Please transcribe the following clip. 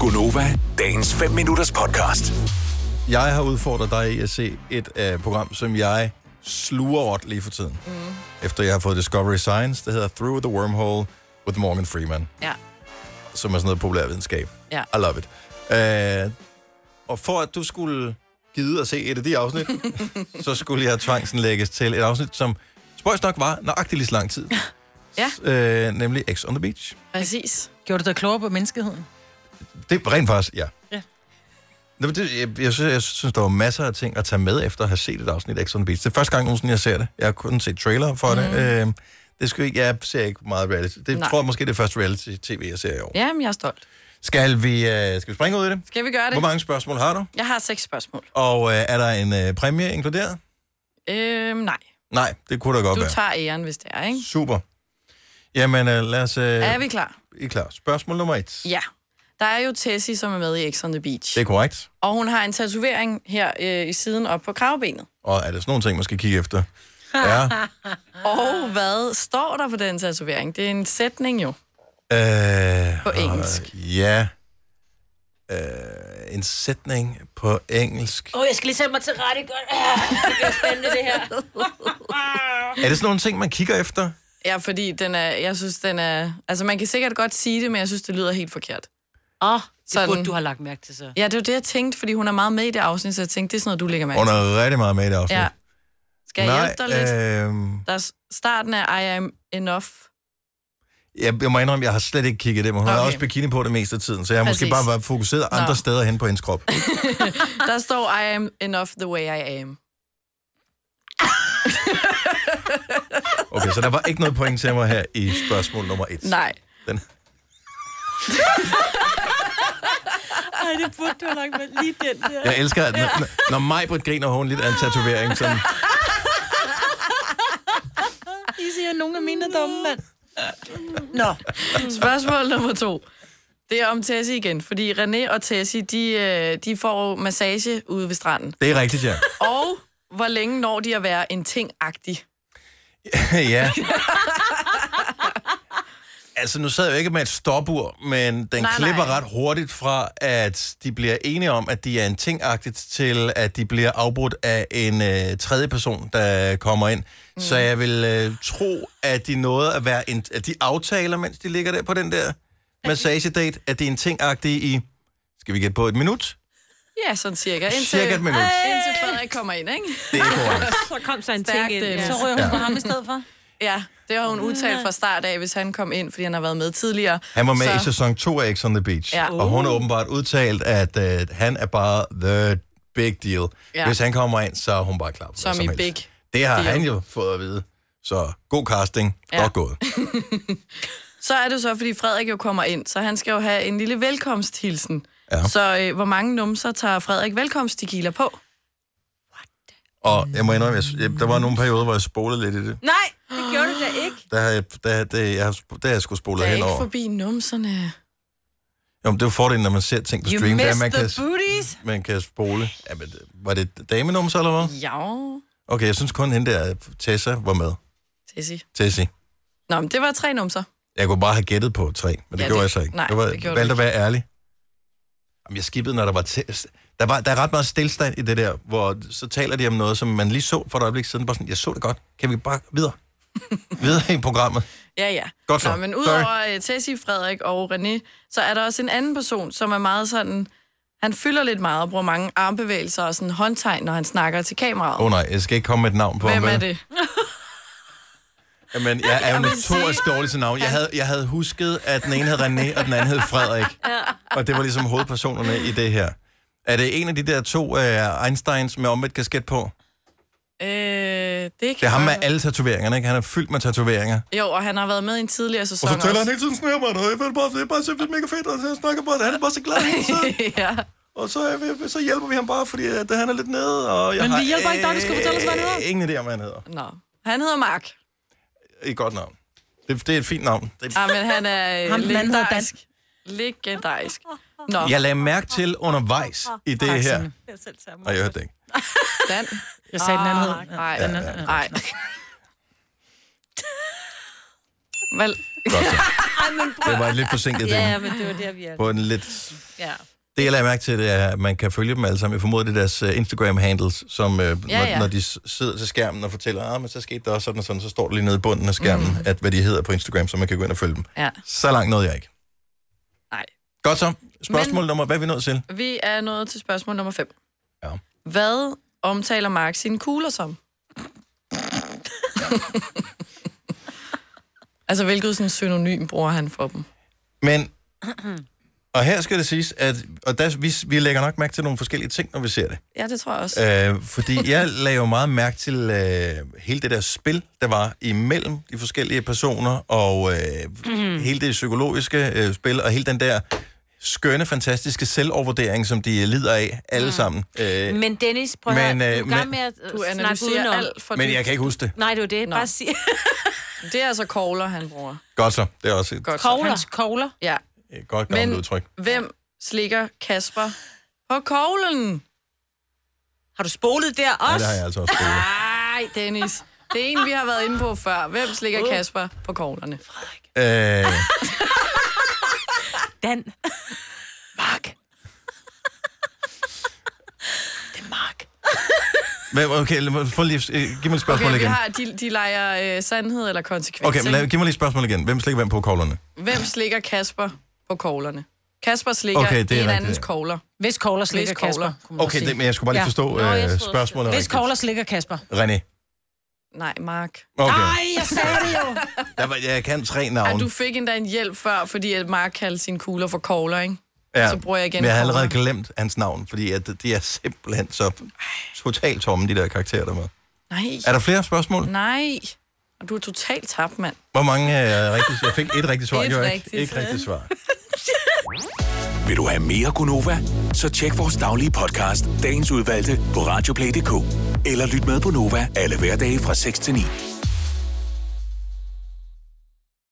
Gunova, dagens 5 minutters podcast. Jeg har udfordret dig i at se et program, som jeg sluger råt lige for tiden. Efter jeg har fået Discovery Science, det hedder Through the Wormhole with Morgan Freeman. Ja. Som er sådan noget populærvidenskab. Ja. I love it. Og for at du skulle gide at se et af de afsnit, så skulle jeg tvangsindlægges til et afsnit, som spøjs nok var nøjagtigt lige så lang tid. Ja. Nemlig X on the Beach. Præcis. Gjorde du dig klogere på menneskeheden? Det er rent faktisk, ja. Ja. Jeg synes, der var masser af ting at tage med efter at have set et afsnit af X on the Beach. Det er første gang nogensinde, jeg ser det. Jeg har kun set trailer for det. Det skal ikke, jeg ser ikke meget reality. Det tror jeg måske det er første reality-tv, jeg ser i år. Jamen, jeg er stolt. Skal vi springe ud i det? Skal vi gøre det? Hvor mange spørgsmål har du? Jeg har 6 spørgsmål. Og er der en præmie inkluderet? Nej. Nej, det kunne da godt være. Du tager æren, hvis det er, ikke? Super. Jamen, lad os... Er vi klar? I er klar. Spørgsmål nummer 1. Ja. Der er jo Tessie, som er med i X on the Beach. Det er korrekt. Og hun har en tatovering her i siden op på kravbenet. Og er der sådan nogle ting, man skal kigge efter? Ja. Og hvad står der på den tatovering? Det er en sætning jo. På engelsk. Ja. En sætning på engelsk. Jeg skal lige sætte mig til rette. Det bliver spændende, det her. Er det sådan nogle ting, man kigger efter? Ja, fordi jeg synes, den er... Altså, man kan sikkert godt sige det, men jeg synes, det lyder helt forkert. Det burde du have lagt mærke til så. Ja, det var det, jeg tænkte, fordi hun er meget med i det afsnit, så jeg tænkte, det er sådan noget, du lægger mærke Hun til. er rigtig meget med i det afsnit. Ja. Skal jeg hjælpe dig lidt? Der er starten af I Am Enough. Jeg må indrømme, jeg har slet ikke kigget det, men hun har også bikini på det meste af tiden, så jeg har måske bare været fokuseret andre steder hen på hendes krop. Der står I am enough the way I am. Okay, så der var ikke noget point til mig her i spørgsmål nummer 1. Nej. Den. Ej, det burde du have lagt med lige den der. Jeg elsker, at når Maj-Brit griner, hun lidt af en tatovering, som... I siger, at nogle af mine er dumme, mand. Nå. Spørgsmål nummer 2. Det er om Tessie igen, fordi René og Tessie, de får massage ude ved stranden. Det er rigtigt, ja. Og hvor længe når de at være en ting-agtig? Ja. Altså, nu sad jeg jo ikke med et stopur, men den klipper ret hurtigt fra, at de bliver enige om, at de er en ting-agtigt, til at de bliver afbrudt af en tredje person, der kommer ind. Så jeg vil tro, at de nåede at være at de aftaler, mens de ligger der på den der massagedate, at de er en ting-agtige i, skal vi gætte på, 1 minut? Ja, sådan cirka. Cirka 1 minut. Indtil Frederik kommer ind, ikke? Det er korrekt. Så kom så en Stærkt, ting ind. Dennis. Så rører hun på ham i stedet for. Ja, det har hun udtalt fra start af, hvis han kom ind, fordi han har været med tidligere. Han var med i sæson 2 af X on the Beach, og hun har åbenbart udtalt, at han er bare the big deal. Ja. Hvis han kommer ind, så er hun bare klar på som i big. Det har han jo fået at vide. Så god casting, godt gået. Så er det så, fordi Frederik jo kommer ind, så han skal jo have en lille velkomsthilsen. Ja. Så hvor mange numser tager Frederik velkomsttequila på? Og jeg må indrømme, der var nogle perioder, hvor jeg spolede lidt i det. Nej, det gjorde du da ikke. Der har jeg sgu spolet henover. henover. Det er ikke forbi numserne. Jo, men det er jo fordelen, når man ser ting på stream. You missed the booties. Man kan spole. Ja, men, var det damenumser, eller hvad? Ja. Okay, jeg synes kun, hende der, Tessa, var med. Tessie. Nå, men det var 3 numser. Jeg kunne bare have gættet på 3, men det gjorde jeg så ikke. Nej, det var, det gjorde valgte at være ærlig. Jamen, jeg skippede, når der var... Der er ret meget stillstand i det der, hvor så taler de om noget, som man lige så for et øjeblik siden. Bare sådan, jeg så det godt. Kan vi bare videre? Videre i programmet. Ja. Godt så. Nå, men udover Tessie, Frederik og René, så er der også en anden person, som er meget sådan... Han fylder lidt meget og bruger mange armbevægelser og sådan håndtegn, når han snakker til kameraet. Nej, jeg skal ikke komme med et navn på ham. Hvem er det? Jamen, jeg er jo notorisk dårlig til navn. Jeg havde husket, at den ene hed René, og den anden hed Frederik. Og det var ligesom hovedpersonerne i det her. Er det en af de der 2 Einsteins med omvendt kasket på? Det er ham med alle tatoveringerne, ikke? Han er fyldt med tatoveringer. Jo, og han har været med i en tidligere sæson. Og så tæller han hele tiden snæver mig, og det er bare så mega fedt, og jeg snakker bare, han er bare så glad hele tiden. Ja. Og så hjælper vi ham bare, fordi han er lidt nede, og Men vi hjælper ikke dig, du skal fortælle os, hvad han hedder. Ingen idé om, hvad han hedder. Nå, han hedder Mark. Et godt navn. Det er et fint navn. Men han er legendarisk. Nå. Jeg lagde mærke til undervejs i det her. Og jeg hørte det ikke. Dan. Jeg sagde den anden hed. Nej. Vel. Godt så. Det var lidt forsinket. Ja, men det var der, vi er. På en lidt... Ja. Det, jeg lader mærke til, det er, at man kan følge dem alle sammen. Jeg formoder, det er deres Instagram-handles, som når de sidder til skærmen og fortæller, men så skete der også sådan og sådan, så står der lige nede i bunden af skærmen, at hvad de hedder på Instagram, så man kan gå ind og følge dem. Ja. Så langt nåede jeg ikke. Nej. Godt så. Spørgsmål nummer, hvad er vi nået til? Vi er nået til spørgsmål nummer 5. Ja. Hvad omtaler Mark sine kugler som? Altså, hvilket sådan synonym bruger han for dem? Men, og her skal det siges, at vi lægger nok mærke til nogle forskellige ting, når vi ser det. Ja, det tror jeg også. Fordi jeg lagde jo meget mærke til hele det der spil, der var imellem de forskellige personer, og hele det psykologiske spil, og hele den der skønne, fantastiske selvovervurdering, som de lider af, alle sammen. Men Dennis, prøv at høre, du er i gang med at snakke udenom. Alt for Men jeg kan ikke huske det. Nej, det var det. Bare sige. Det er altså kogler, han bruger. Godt så. Det er også et Kogler? Ja. Godt gammelt udtryk. Hvem slikker Kasper på koglen? Har du spolet der også? Nej, det har jeg altså også spolet. Nej, Dennis. Det er en, vi har været inde på før. Hvem slikker Kasper på koglerne? Dan. Mark. Det er Mark. Okay, giv mig et spørgsmål igen. De leger sandhed eller konsekvens. Okay, men giv mig lige et spørgsmål igen. Hvem slikker hvem på koglerne? Hvem slikker Kasper på koglerne? Kasper slikker en andens kogler. Hvis kogler slikker Kasper. Okay, men jeg skulle bare lige forstå spørgsmålet. Hvis kogler slikker Kasper. René. Nej, Mark. Okay. Nej, jeg sagde det jo. Jeg kan 3 navne. Ja, du fik endda en hjælp før, fordi at Mark kaldte sine kugler for kogler, ikke? Ja, så bruger jeg igen men jeg har allerede glemt hans navn, fordi at de er simpelthen så totalt tomme, de der karakterer der med. Nej. Er der flere spørgsmål? Nej. Og du er totalt tabt, mand. Hvor mange er rigtigt? Jeg fik et rigtigt svar, Et jo rigtigt. ikke rigtigt svar. Vil du have mere Gunova? Så tjek vores daglige podcast, dagens udvalgte, på radioplay.dk. Eller lyt med på Nova alle hverdage fra 6 til 9.